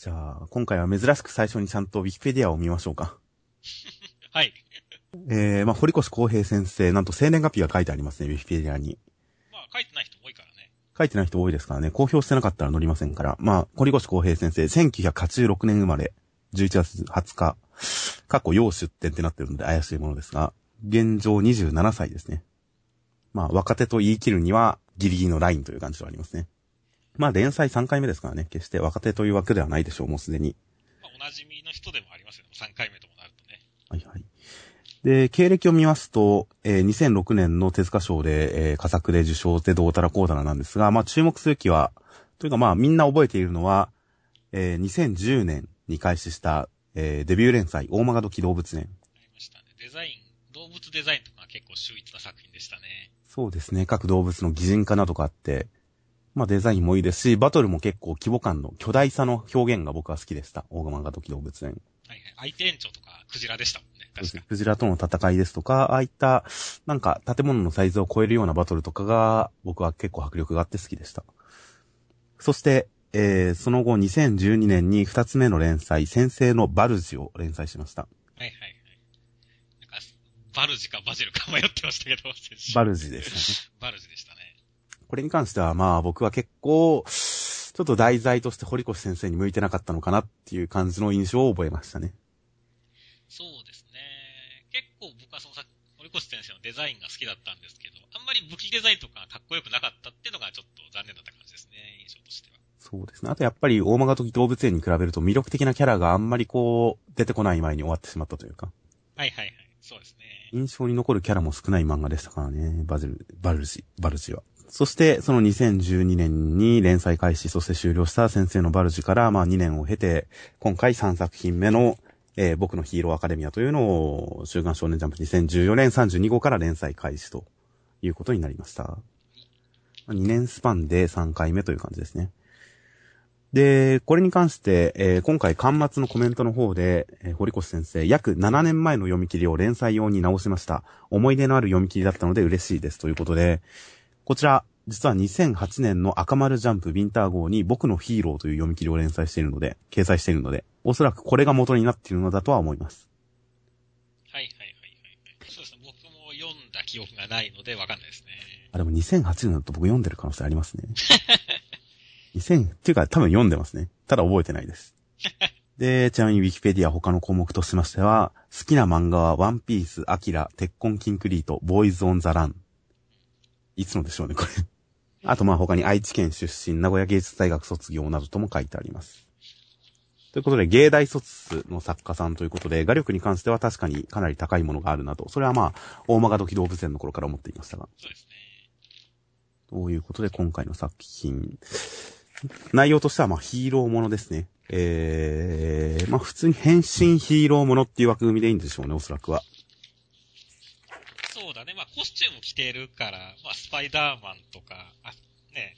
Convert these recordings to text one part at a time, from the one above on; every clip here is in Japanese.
じゃあ、今回は珍しく最初にちゃんとウィキペディアを見ましょうか。 はい。 堀越康平先生、なんと生年月日が書いてありますね、ウィキペディアに。 まあ、書いてない人も多いからね。 書いてない人多いですからね。公表してなかったら載りませんから。まあ、堀越康平先生、1986年生まれ、11月20日、過去要出展ってなってるので怪しいものですが、現状27歳ですね。まあ、若手と言い切るにはギリギリのラインという感じはありますね。まあ、連載3回目ですからね。決して若手というわけではないでしょう、もうすでに。 まあ、おなじみの人でもありますよね。3回目ともなるとね。 はいはい。で、経歴を見ますと、2006年の手塚賞で、佳作で受賞でどうたらこうたらなんですが、まあ注目すべきは、というかまあみんな覚えているのは、2010年に開始した、デビュー連載、大曲時動物園。 ありましたね。デザイン、動物デザインとか結構秀逸な作品でしたね。 そうですね。各動物の擬人化などがあって、まあデザインもいいですし、バトルも結構規模感の巨大さの表現が僕は好きでした。大曲時動物園。 はいはい。相手園長とかクジラでしたもんね。確か。 クジラとの戦いですとか、ああいった、なんか建物のサイズを超えるようなバトルとかが、僕は結構迫力があって好きでした。そして、その後2012年に2つ目の連載、先生のバルジを連載しました。 はいはいはい。なんか、バルジかバジルか迷ってましたけど、 バルジでしたね。 バルジでしたね。 これに関してはまあ僕は結構、ちょっと題材として堀越先生に向いてなかったのかなっていう感じの印象を覚えましたね。 そうですね。結構僕はその堀越先生のデザインが好きだったんですけど、あんまり武器デザインとかかっこよくなかったっていうのがちょっと残念だった感じですね、印象としては。 そうですね。あとやっぱり大曲時動物園に比べると魅力的なキャラがあんまりこう、出てこない前に終わってしまったというか。 はいはいはい。そうですね。 印象に残るキャラも少ない漫画でしたからね。バルジは。そして、その2012年に連載開始、そして終了した先生のバルジから、まあ2年を経て、今回3作品目の、僕のヒーローアカデミアというのを、週刊少年ジャンプ2014年32号から連載開始ということになりました。2年スパンで3回目という感じですね。で、これに関して、今回巻末のコメントの方で、堀越先生、約7年前の読み切りを連載用に直しました。思い出のある読み切りだったので嬉しいですということで、こちら、実は2008年の赤丸ジャンプウィンター号に僕のヒーローという読み切りを連載しているので、掲載しているので、おそらくこれが元になっているのだとは思います。 はいはいはいはい。そうですね。僕も読んだ記憶がないのでわかんないですね。 あ、でも2008年だと僕読んでる可能性ありますね。っていうか多分読んでますね。ただ覚えてないです。で、ちなみにウィキペディア他の項目としましては、好きな漫画はワンピース、アキラ、鉄痕キンクリート、ボーイズオンザラン。いつのでしょうね、これ。あとまあ他に愛知県出身、名古屋芸術大学卒業などとも書いてあります。ということで、芸大卒の作家さんということで、画力に関しては確かにかなり高いものがあるなと。それはまあ、大曲時動物園の頃から思っていましたが。 そうですね。 ということで、今回の作品。内容としてはまあヒーローものですね。まあ普通に変身ヒーローものっていう枠組みでいいんでしょうね、おそらくは。 そうだね。まあコスチューム着てるから、まあスパイダーマンとか、ね、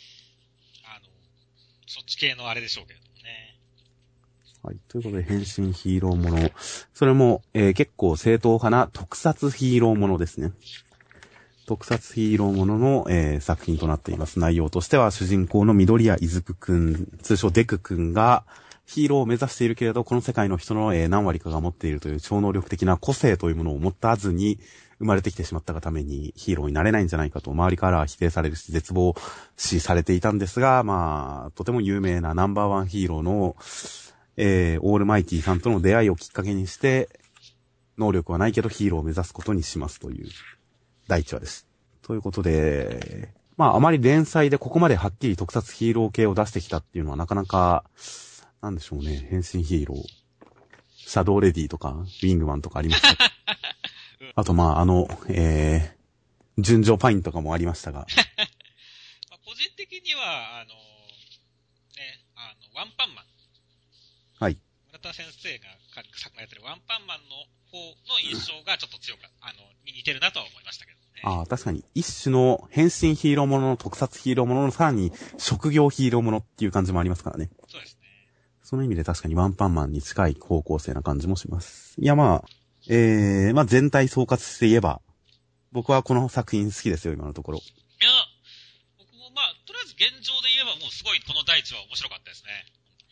そっち系のあれでしょうけれどもね。 はい。ということで、変身ヒーローもの。それも、結構正統派な特撮ヒーローものですね。特撮ヒーローものの、作品となっています。内容としては、主人公の緑谷出久くん、通称デクくんが、ヒーローを目指しているけれど、この世界の人の、何割かが持っているという超能力的な個性というものを持たずに、生まれてきてしまったがためにヒーローになれないんじゃないかと、周りからは否定されるし、絶望視されていたんですが、まあ、とても有名なナンバーワンヒーローの、オールマイティさんとの出会いをきっかけにして、能力はないけどヒーローを目指すことにしますという。第1話です。ということで、まああまり連載でここまではっきり特撮ヒーロー系を出してきたっていうのはなかなか、なんでしょうね、変身ヒーロー。シャドウレディとか、ウィングマンとかありました。あとまあ純情パインとかもありましたが。 まあ個人的には、ワンパンマン。 はい。 村田先生が作画やってるワンパンマンの方の印象がちょっと強かった、似てるなとは思いましたけどね。 ああ、確かに一種の変身ヒーローものの特撮ヒーローもののさらに職業ヒーローものっていう感じもありますからね。 そうですね。 その意味で確かにワンパンマンに近い方向性な感じもします。いやまあ、まあ全体総括して言えば、僕はこの作品好きですよ、今のところ。 いや、僕もまあ、とりあえず現状で言えばもうすごいこの第一話面白かったですね。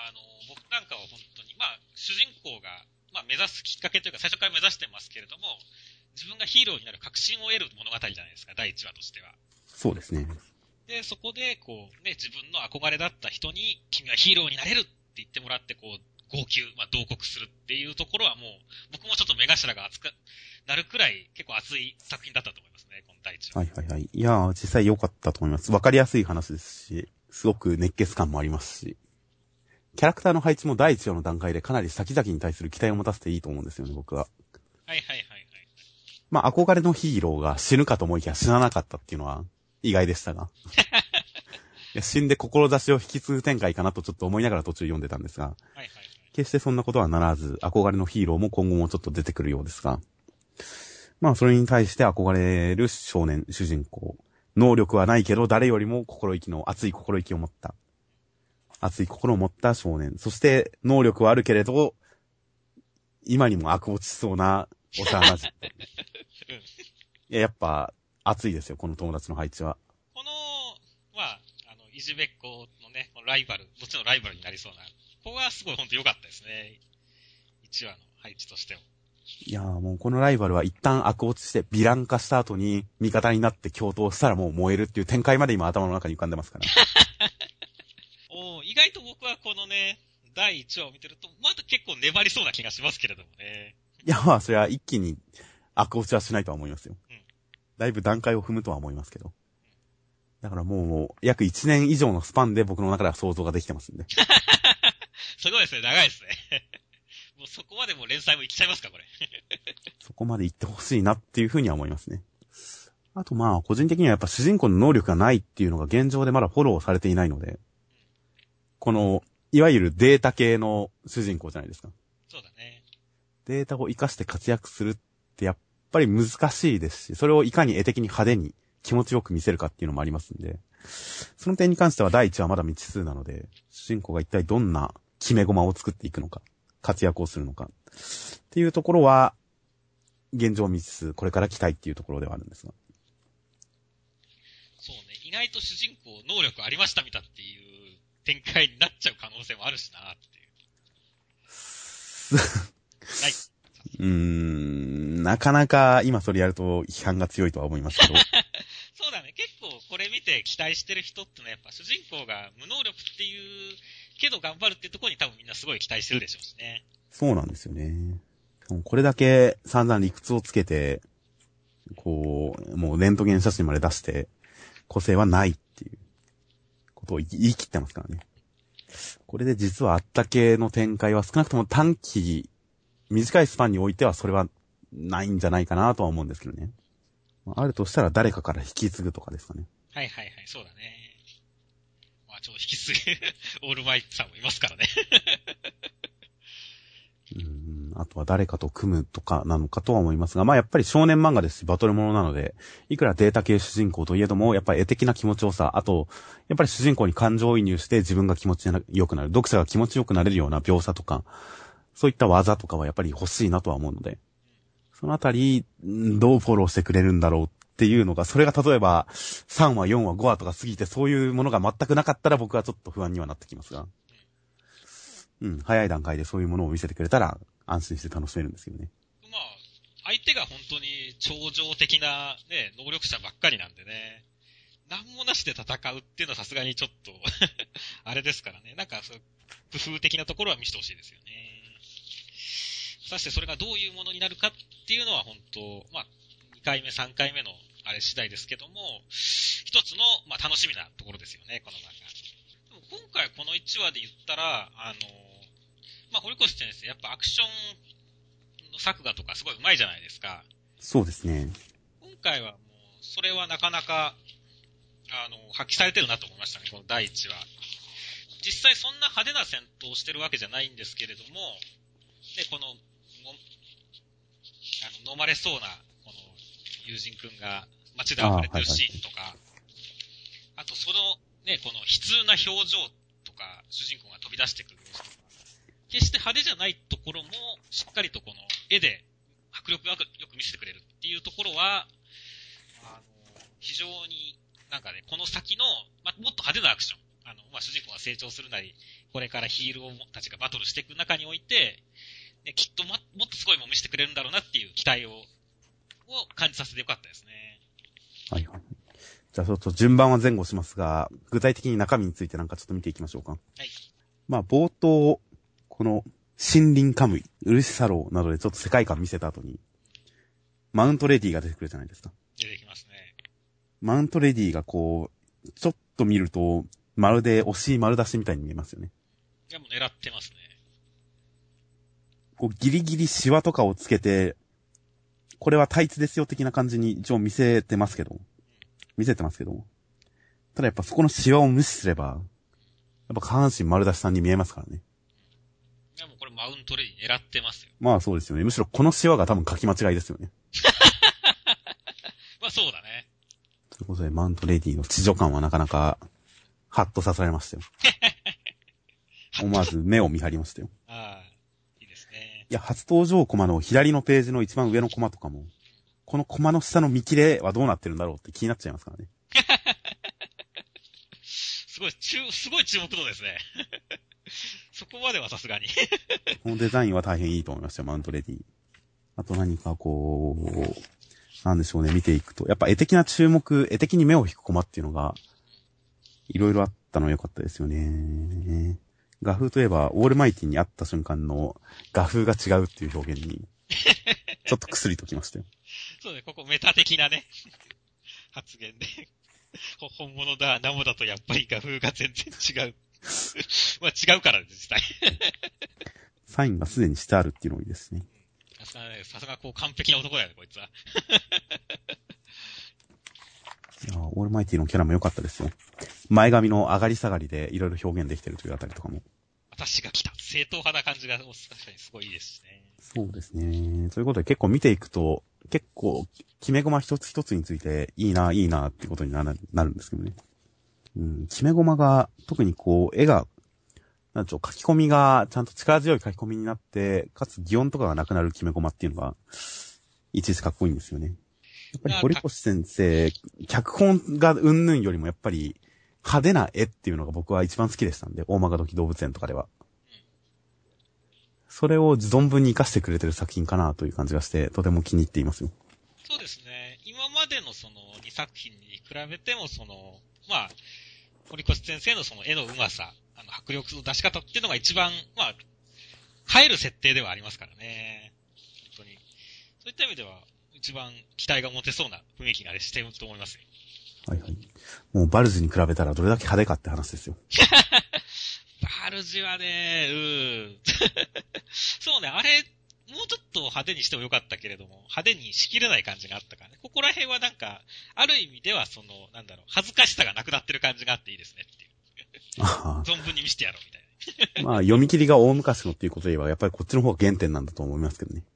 僕なんかは本当に、主人公が、目指すきっかけというか、最初から目指してますけれども、自分がヒーローになる確信を得る物語じゃないですか、第1話としては。 そうですね。 で、そこで、自分の憧れだった人に、君はヒーローになれるって言ってもらって、号泣、同国するっていうところはもう、僕もちょっと目頭が熱くなるくらい、結構熱い作品だったと思いますね、この第1話。 はいはいはい。いやー、実際良かったと思います。わかりやすい話ですし、すごく熱血感もありますし、キャラクターの配置も第1話の段階でかなり先々に対する期待を持たせていいと思うんですよね、僕は。 はいはいはいはい。 憧れのヒーローが死ぬかと思いきや死ななかったっていうのは意外でしたが。いや死んで志を引き継ぐ展開かなとちょっと思いながら途中読んでたんですが、 はいはいはい。 決してそんなことはならず、憧れのヒーローも今後もちょっと出てくるようですが、それに対して憧れる少年、主人公。能力はないけど誰よりも熱い心意気を持った。熱い心を持った少年。そして、能力はあるけれど、今にも悪落ちしそうな幼馴染。いや、やっぱ、熱いですよ、この友達の配置は。 この、いじめっ子のね、このライバル、どっちのライバルになりそうな、ここがすごい本当良かったですね。1話の配置としても。 いやーもうこのライバルは一旦悪落ちしてヴィラン化した後に味方になって共闘したらもう燃えるっていう展開まで今頭の中に浮かんでますから。 意外と僕はこのね、第1話を見てると、まだ結構粘りそうな気がしますけれどもね。 いやそれは一気に悪落ちはしないとは思いますよ。だいぶ段階を踏むとは思いますけど。だからもう約1年以上のスパンで僕の中では想像ができてますんで。 すごいですね、長いですね。もうそこまでもう連載もいっちゃいますか、これ。 そこまで行ってほしいなっていうふうには思いますね。あと個人的にはやっぱ主人公の能力がないっていうのが現状でまだフォローされていないので、この、いわゆるデータ系の主人公じゃないですか。 そうだね。 データを活かして活躍するってやっぱり難しいですし、それをいかに絵的に派手に気持ちよく見せるかっていうのもありますんで、その点に関しては第一話まだ未知数なので、主人公が一体どんな決め駒を作っていくのか、活躍をするのか、っていうところは、現状未知数、これから期待っていうところではあるんですが。 そうね、意外と主人公能力ありましたみたっていう展開になっちゃう可能性もあるしなっていう。はい。 なかなか今それやると批判が強いとは思いますけど。 そうだね。結構これ見て期待してる人ってのはやっぱ主人公が無能力っていうけど頑張るっていうところに多分みんなすごい期待してるでしょうしね。 そうなんですよね。これだけ散々理屈をつけて、もうレントゲン写真まで出して、個性はないっていうことを言い切ってますからね。これで実はあった系の展開は少なくとも短いスパンにおいてはそれはないんじゃないかなとは思うんですけどね。あるとしたら誰かから引き継ぐとかですかね。 はいはいはい、そうだね。ちょっと引き継ぐオールマイトさんもいますからね。 あとは誰かと組むとかなのかとは思いますが、やっぱり少年漫画ですし、バトルものなので、いくらデータ系主人公といえども、やっぱり絵的な気持ちよさ、あと、やっぱり主人公に感情移入して自分が気持ちよくなる、読者が気持ちよくなれるような描写とか、そういった技とかはやっぱり欲しいなとは思うので、そのあたり、どうフォローしてくれるんだろうっていうのが、それが例えば、3話、4話、5話とか過ぎて、そういうものが全くなかったら僕はちょっと不安にはなってきますが、早い段階でそういうものを見せてくれたら、安心して楽しめるんですけどね。 相手が本当に超常的なね、能力者ばっかりなんでね、なんもなしで戦うっていうのはさすがにちょっと、あれですからね、なんかそう、工夫的なところは見せてほしいですよね。果たしてそれがどういうものになるかっていうのは本当、2回目、3回目のあれ次第ですけども、一つの、楽しみなところですよね、この漫画。でも今回この1話で言ったら、堀越先生、やっぱアクションの作画とかすごい上手いじゃないですか。 そうですね。 今回はもう、それはなかなか、発揮されてるなと思いましたね、この第1話。実際そんな派手な戦闘をしてるわけじゃないんですけれども、で、この、飲まれそうな、この、友人くんが街で暴れてるシーンとか、あとその、ね、この悲痛な表情とか、主人公が飛び出してくる様子とか、決して派手じゃないところも、しっかりとこの絵で迫力よく見せてくれるっていうところは、非常になんかね、この先の、もっと派手なアクション、 まあ、主人公が成長するなり、これからヒーローたちがバトルしていく中において、ね、きっともっとすごいもん見せてくれるんだろうなっていう期待を感じさせてよかったですね。 はいはい。じゃあちょっと順番は前後しますが、具体的に中身についてなんかちょっと見ていきましょうか。はい。まあ冒頭、この森林カムイ、ウルシサローなどでちょっと世界観見せた後に、マウントレディが出てくるじゃないですか。 出てきますね。 マウントレディがこう、ちょっと見ると、まるで惜しい丸出しみたいに見えますよね。 いやもう狙ってますね。 こうギリギリシワとかをつけて、これはタイツですよ的な感じに一応見せてますけど。ただやっぱそこのシワを無視すれば、やっぱ下半身丸出しさんに見えますからね。 いやもうこれマウントレディ狙ってますよ。 まあそうですよね。むしろこのシワが多分書き間違いですよね。 まあそうだね。 ということでマウントレディの地上感はなかなか、ハッとさせられましたよ。思わず目を見張りましたよ。 ああ、いいですね。 いや、初登場コマの左のページの一番上のコマとかも、このコマの下の見切れはどうなってるんだろうって気になっちゃいますからね。 すごい注目度ですね。そこまではさすがに。 このデザインは大変いいと思いましたよ、マウントレディ。あと何かこう、なんでしょうね、見ていくと。やっぱ絵的に目を引くコマっていうのが、いろいろあったの良かったですよね。画風といえば、オールマイティに会った瞬間の画風が違うっていう表現に、ちょっとくすりときましたよ。 そうね、ここメタ的なね、発言で。本物だ、ナモだとやっぱり画風が全然違う。まあ違うからです、実際。 サインがすでにしてあるっていうのもいいですね。 さすがこう完璧な男だよね、こいつは。 いや、オールマイティのキャラも良かったですよ。前髪の上がり下がりでいろいろ表現できてるというあたりとかも。 私が来た。正統派な感じが確かにすごいいいですしね。 そうですね。ということで結構見ていくと、結構、決め駒一つ一つについていいなっていうことになるんですけどね。決め駒が、特にこう、絵が、なんでしょう、書き込みが、ちゃんと力強い書き込みになって、かつ擬音とかがなくなる決め駒っていうのが、いちいちかっこいいんですよね。やっぱり堀越先生、脚本がうんぬんよりもやっぱり、派手な絵っていうのが僕は一番好きでしたんで、大曲どき動物園とかでは。それを存分に活かしてくれてる作品かなという感じがして、とても気に入っていますよ。 そうですね。今までのその2作品に比べてもまあ、堀越先生のその絵の上手さ、迫力の出し方っていうのが一番、まあ、映える設定ではありますからね。本当に。そういった意味では、一番期待が持てそうな雰囲気がしてると思いますよ。はいはい。 もうバルジに比べたらどれだけ派手かって話ですよ。 バルジはね、そうね、あれ、もうちょっと派手にしてもよかったけれども、派手にしきれない感じがあったからね。ここら辺はなんか、ある意味では恥ずかしさがなくなってる感じがあっていいですねっていう。存分に見せてやろうみたいな。 まあ、読み切りが大昔のっていうことで言えば、やっぱりこっちの方が原点なんだと思いますけどね。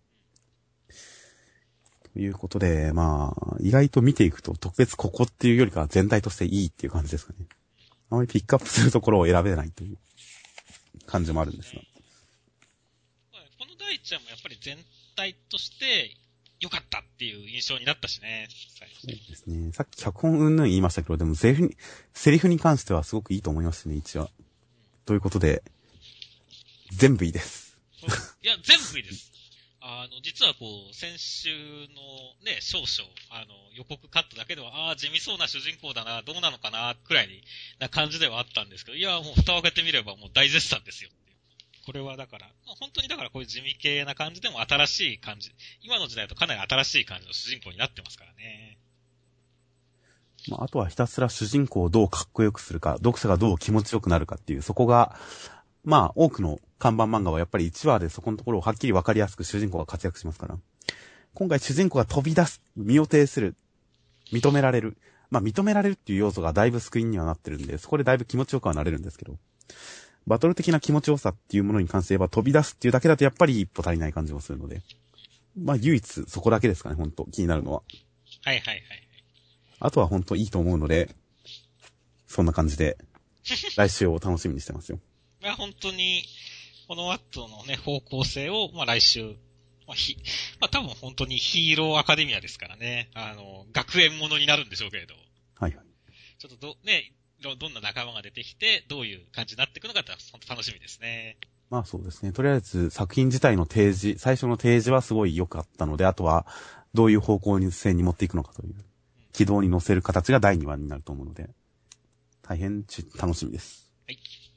ということで、まあ、意外と見ていくと特別ここっていうよりかは全体としていいっていう感じですかね。あまりピックアップするところを選べないという感じもあるんですが。 この第一話もやっぱり全体として良かったっていう印象になったしね。 そうですね。さっき脚本うんぬん言いましたけど、でもセリフに関してはすごくいいと思いますね、一話。ということで、全部いいです。 いや、全部いいです。実は先週のね、少々、予告カットだけでは、地味そうな主人公だな、どうなのかな、くらいな感じではあったんですけど、いや、もう蓋を開けてみればもう大絶賛ですよっていう。これはだから、本当にだからこういう地味系な感じでも新しい感じ、今の時代だとかなり新しい感じの主人公になってますからね。 まあ、あとはひたすら主人公をどうかっこよくするか、読者がどう気持ちよくなるかっていう、そこが、まあ、多くの看板漫画はやっぱり1話でそこのところをはっきりわかりやすく主人公が活躍しますから。今回主人公が飛び出す、身を挺する、認められる。まあ、認められるっていう要素がだいぶ救いにはなってるんで、そこでだいぶ気持ちよくはなれるんですけど、バトル的な気持ちよさっていうものに関して言えば飛び出すっていうだけだとやっぱり一歩足りない感じもするので、まあ、唯一そこだけですかね、本当気になるのは。 はいはいはい。 あとは本当いいと思うので、そんな感じで、来週を楽しみにしてますよ。 まあ本当に、この後のね、方向性を、まあ来週、まあ多分本当にヒーローアカデミアですからね、学園ものになるんでしょうけれど。 はいはい。 ちょっとね、 どんな仲間が出てきて、どういう感じになっていくのかって本当楽しみですね。 まあそうですね。とりあえず作品自体の提示、最初の提示はすごい良かったので、あとはどういう方向性に持っていくのかという、軌道に乗せる形が第2話になると思うので、大変楽しみです。 はい。